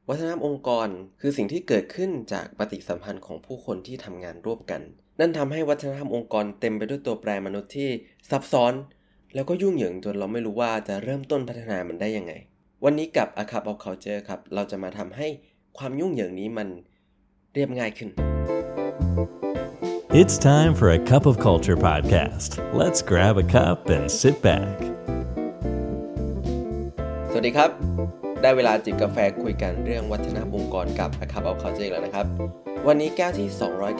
วัฒนธรรมองค์กรคือสิ่งที่เกิดขึ้นจากปฏิสัมพันธ์ของผู้คนที่ทำงานร่วมกันนั่นทำให้วัฒนธรรมองค์กรเต็มไปด้วยตัวแปรมนุษย์ที่ซับซ้อนแล้วก็ยุ่งเหยิงจนเราไม่รู้ว่าจะเริ่มต้นพัฒนามันได้ยังไงวันนี้กับ A Cup of Culture ครับเราจะมาทำให้ความยุ่งเหยิงนี้มันเรียบง่ายขึ้น It's time for a Cup of Culture podcast. Let's grab a cup and sit back. สวัสดีครับได้เวลาจิบกาแฟคุยกันเรื่องวัฒนธรรมองค์กรกับ A Cup of Culture แล้วนะครับวันนี้แก้วที่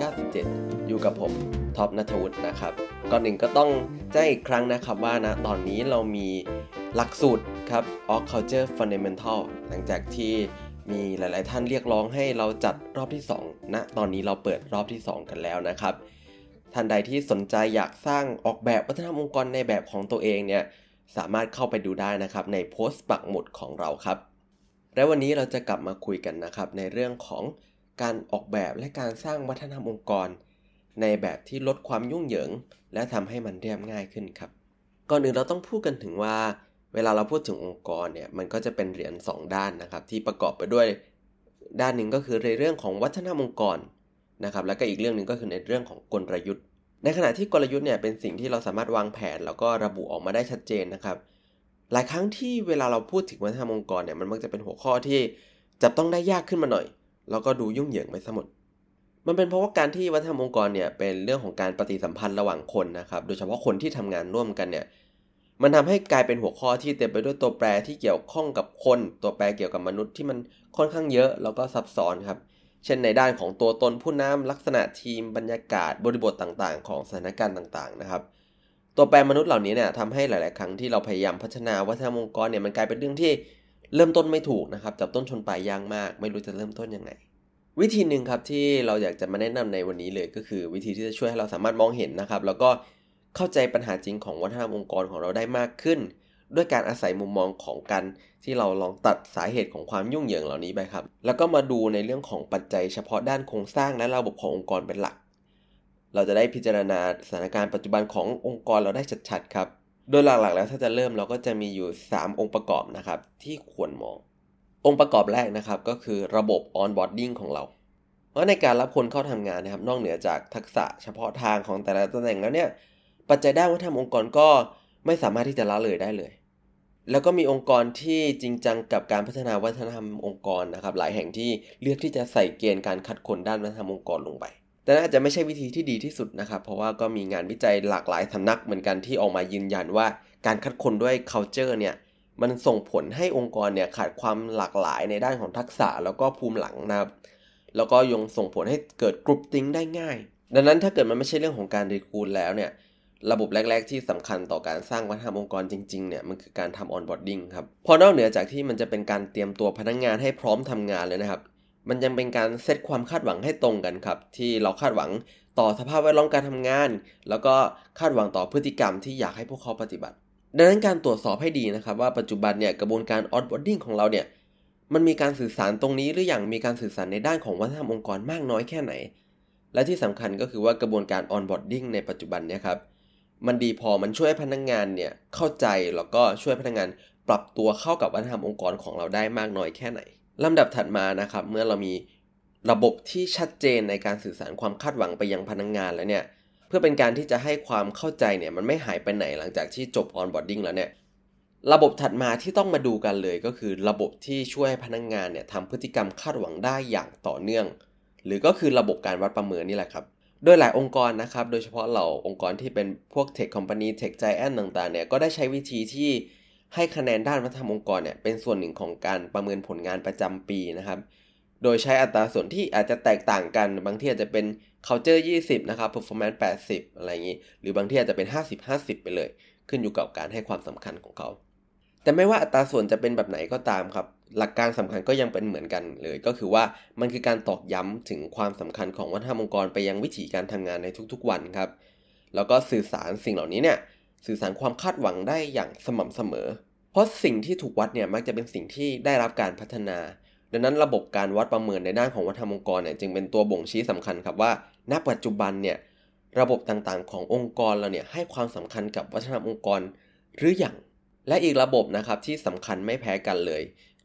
297อยู่กับผมท็อปณัฐวุฒินะครับก่อนหนึ่งก็ต้องแจ้งอีกครั้งนะครับว่านะตอนนี้เรามีหลักสูตรครับ Org Culture Fundamental หลังจากที่มีหลายๆท่านเรียกร้องให้เราจัดรอบที่2นะตอนนี้เราเปิดรอบที่2กันแล้วนะครับท่านใดที่สนใจอยากสร้างออกแบบวัฒนธรรมองค์กรในแบบของตัวเองเนี่ยสามารถเข้าไปดูได้นะครับในโพสต์ปักหมุดของเราครับและวันนี้เราจะกลับมาคุยกันนะครับในเรื่องของการออกแบบและการสร้างวัฒนธรรมองค์กรในแบบที่ลดความยุ่งเหยิงและทำให้มันเรียบง่ายขึ้นครับก่อนอื่นเราต้องพูดกันถึงว่าเวลาเราพูดถึงองค์กรเนี่ยมันก็จะเป็นเหรียญ2ด้านนะครับที่ประกอบไปด้วยด้านหนึ่งก็คือในเรื่องของวัฒนธรรมองค์กรนะครับแล้วก็อีกเรื่องนึงก็คือในเรื่องของกลยุทธ์ในขณะที่กลยุทธ์เนี่ยเป็นสิ่งที่เราสามารถวางแผนแล้วก็ระบุออกมาได้ชัดเจนนะครับหลายครั้งที่เวลาเราพูดถึงวัฒนธรรมองค์กรเนี่ยมันมักจะเป็นหัวข้อที่จับต้องได้ยากขึ้นมาหน่อยแล้วก็ดูยุ่งเหยิงไปซะหมดมันเป็นเพราะว่าการที่วัฒนธรรมองค์กรเนี่ยเป็นเรื่องของการปฏิสัมพันธ์ระหว่างคนนะครับโดยเฉพาะคนที่ทำงานร่วมกันเนี่ยมันทำให้กลายเป็นหัวข้อที่เต็มไปด้วยตัวแปรที่เกี่ยวข้องกับคนตัวแปรเกี่ยวกับมนุษย์ที่มันค่อนข้างเยอะแล้วก็ซับซ้อนครับเช่นในด้านของตัวตนผู้นำลักษณะทีมบรรยากาศบริบทต่างๆของสถานการณ์ต่างๆนะครับตัวแปรมนุษย์เหล่านี้เนี่ยทำให้หลายๆครั้งที่เราพยายามพัฒนาวัฒนธรรมองค์กรเนี่ยมันกลายเป็นเรื่องที่เริ่มต้นไม่ถูกนะครับจับต้นชนปลายยากมากไม่รู้จะเริ่มต้นยังไงวิธีหนึ่งครับที่เราอยากจะมาแนะนำในวันนี้เลยก็คือวิธีที่จะช่วยให้เราสามารถมองเห็นนะครับแล้วก็เข้าใจปัญหาจริงของวัฒนธรรมองค์กรของเราได้มากขึ้นด้วยการอาศัยมุมมองของกันที่เราลองตัดสาเหตุของความยุ่งเหยิงเหล่านี้ไปครับแล้วก็มาดูในเรื่องของปัจจัยเฉพาะด้านโครงสร้างและระบบขององค์กรเป็นหลักเราจะได้พิจารณาสถานการณ์ปัจจุบันขององค์กรเราได้ชัดๆครับโดยหลักๆแล้วถ้าจะเริ่มเราก็จะมีอยู่3องค์ประกอบนะครับที่ควรมององค์ประกอบแรกนะครับก็คือระบบ onboarding ของเราเพราะในการรับคนเข้าทำงานนะครับนอกเหนือจากทักษะเฉพาะทางของแต่ละตำแหน่งแล้วเนี่ยปัจจัยด้านวัฒนธรรมองค์กรก็ไม่สามารถที่จะละเลยได้เลยแล้วก็มีองค์กรที่จริงจังกับการพัฒนาวัฒนธรรมองค์กรนะครับหลายแห่งที่เลือกที่จะใส่เกณฑ์การคัดคนด้านวัฒนธรรมองค์กรลงไปแต่น่าจะไม่ใช่วิธีที่ดีที่สุดนะครับเพราะว่าก็มีงานวิจัยหลากหลายสำนักเหมือนกันที่ออกมายืนยันว่าการคัดคนด้วย culture เนี่ยมันส่งผลให้องค์กรเนี่ยขาดความหลากหลายในด้านของทักษะแล้วก็ภูมิหลังนะครับแล้วก็ยังส่งผลให้เกิด groupthink ได้ง่ายดังนั้นถ้าเกิดมันไม่ใช่เรื่องของการรีครูทแล้วเนี่ยระบบแรกๆที่สำคัญต่อการสร้างวัฒนธรรมองค์กรจริงๆเนี่ยมันคือการทำ onboarding ครับพอนอกเหนือจากที่มันจะเป็นการเตรียมตัวพนักงานให้พร้อมทำงานเลยนะครับมันยังเป็นการเซตความคาดหวังให้ตรงกันครับที่เราคาดหวังต่อสภาพแวดล้อมการทำงานแล้วก็คาดหวังต่อพฤติกรรมที่อยากให้พวกเขาปฏิบัติดังนั้นการตรวจสอบให้ดีนะครับว่าปัจจุบันเนี่ยกระบวนการ onboarding ของเราเนี่ยมันมีการสื่อสารตรงนี้หรือยังมีการสื่อสารในด้านของวัฒนธรรมองค์กรมากน้อยแค่ไหนและที่สำคัญก็คือว่ากระบวนการ onboarding ในปัจจุบันเนี่ยครับมันดีพอมันช่วยพนักงานเนี่ยเข้าใจแล้วก็ช่วยพนักงานปรับตัวเข้ากับวัฒนธรรมองค์กรของเราได้มากน้อยแค่ไหนลำดับถัดมานะครับเมื่อเรามีระบบที่ชัดเจนในการสื่อสารความคาดหวังไปยังพนักงานแล้วเนี่ยเพื่อเป็นการที่จะให้ความเข้าใจเนี่ยมันไม่หายไปไหนหลังจากที่จบ onboarding แล้วเนี่ยระบบถัดมาที่ต้องมาดูกันเลยก็คือระบบที่ช่วยให้พนักงานเนี่ยทำพฤติกรรมคาดหวังได้อย่างต่อเนื่องหรือก็คือระบบการวัดประเมินนี่แหละครับโดยหลายองค์กรนะครับโดยเฉพาะเหล่าองค์กรที่เป็นพวก Tech Company Tech Giant ต่างๆเนี่ยก็ได้ใช้วิธีที่ให้คะแนนด้านวัฒนธรรมองค์กรเนี่ยเป็นส่วนหนึ่งของการประเมินผลงานประจำปีนะครับโดยใช้อัตราส่วนที่อาจจะแตกต่างกันบางที่อาจจะเป็น culture 20นะครับ performance 80อะไรอย่างนี้หรือบางที่อาจจะเป็น50-50ไปเลยขึ้นอยู่กับการให้ความสำคัญของเขาแต่ไม่ว่าอัตราส่วนจะเป็นแบบไหนก็ตามครับหลักการสำคัญก็ยังเป็นเหมือนกันเลยก็คือว่ามันคือการตอกย้ำถึงความสำคัญของวัฒนธรรมองค์กรไปยังวิถีการทำงานในทุกๆวันครับแล้วก็สื่อสารสิ่งเหล่านี้เนี่ยสื่อสารความคาดหวังได้อย่างสม่ำเสมอเพราะสิ่งที่ถูกวัดเนี่ยมักจะเป็นสิ่งที่ได้รับการพัฒนาดังนั้นระบบการวัดประเมินในด้านของวัฒนธรรมองค์กรเนี่ยจึงเป็นตัวบ่งชี้สำคัญครับว่าณปัจจุบันเนี่ยระบบต่างๆขององค์กรเราเนี่ยให้ความสำคัญกับวัฒนธรรมองค์กรหรือยังและอีกระบบนะครับที่สำคัญไม่แพ้กันเลย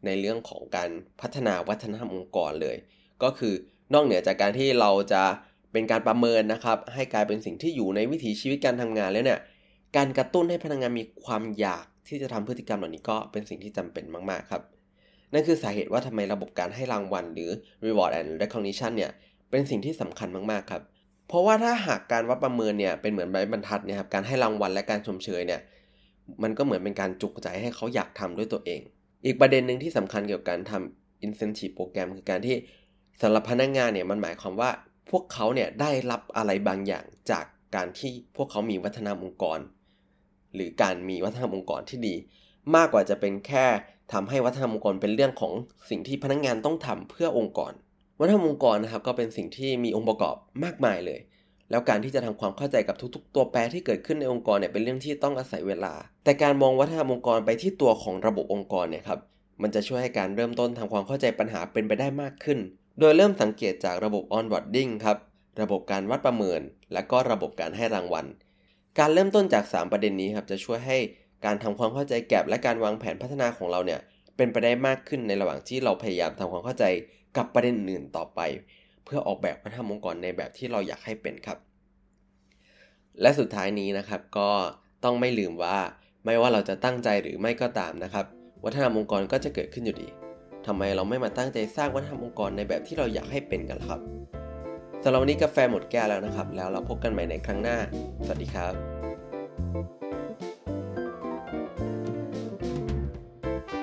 ในเรื่องของการพัฒนาวัฒนธรรมองค์กรเลยก็คือนอกเหนือจากการที่เราจะเป็นการประเมินนะครับให้กลายเป็นสิ่งที่อยู่ในวิถีชีวิตการทำงานแล้วเนี่ยการกระตุ้นให้พนักงานมีความอยากที่จะทำพฤติกรรมเหล่านี้ก็เป็นสิ่งที่จำเป็นมากๆครับนั่นคือสาเหตุว่าทำไมระบบการให้รางวัลหรือ reward and recognition เนี่ยเป็นสิ่งที่สำคัญมากๆครับเพราะว่าถ้าหากการวัดประเมินเนี่ยเป็นเหมือนไม้บรรทัดเนี่ยครับการให้รางวัลและการชมเชยเนี่ยมันก็เหมือนเป็นการจูงใจให้เขาอยากทำด้วยตัวเองอีกประเด็นนึงที่สำคัญเกี่ยวกับการทำ incentive โปรแกรมคือการที่สำหรับพนักงานเนี่ยมันหมายความว่าพวกเขาเนี่ยได้รับอะไรบางอย่างจากการที่พวกเขามีวัฒนธรรมองค์กรหรือการมีวัฒนธรรมองค์กรที่ดีมากกว่าจะเป็นแค่ทำให้วัฒนธรรมองค์กรเป็นเรื่องของสิ่งที่พนักงานต้องทำเพื่อองค์กรวัฒนธรรมองค์กรนะครับก็เป็นสิ่งที่มีองค์ประกอบมากมายเลยแล้วการที่จะทำความเข้าใจกับทุกๆตัวแปรที่เกิดขึ้นในองค์กรเนี่ยเป็นเรื่องที่ต้องอาศัยเวลาแต่การมองวัฒนธรรมองค์กรไปที่ตัวของระบบองค์กรเนี่ยครับมันจะช่วยให้การเริ่มต้นทำความเข้าใจปัญหาเป็นไปได้มากขึ้นโดยเริ่มสังเกตจากระบบ onboarding ครับระบบการวัดประเมินและก็ระบบการให้รางวัลการเริ่มต้นจาก3ประเด็นนี้ครับจะช่วยให้การทำความเข้าใจแก็บและการวางแผนพัฒนาของเราเนี่ยเป็นไปได้มากขึ้นในระหว่างที่เราพยายามทำความเข้าใจกับประเด็นอื่นต่อไปเพื่อออกแบบวัฒนธรรมองค์กรในแบบที่เราอยากให้เป็นครับและสุดท้ายนี้นะครับก็ต้องไม่ลืมว่าไม่ว่าเราจะตั้งใจหรือไม่ก็ตามนะครับวัฒนธรรมองค์กรก็จะเกิดขึ้นอยู่ดีทำไมเราไม่มาตั้งใจสร้างวัฒนธรรมองค์กรในแบบที่เราอยากให้เป็นกันครับสำหรับวันนี้กาแฟหมดแก้วแล้วนะครับแล้วเราพบกันใหม่ในครั้งหน้าสวัสดีครับ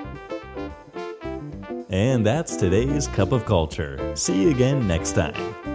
And that's today's Cup of Culture. See you again next time.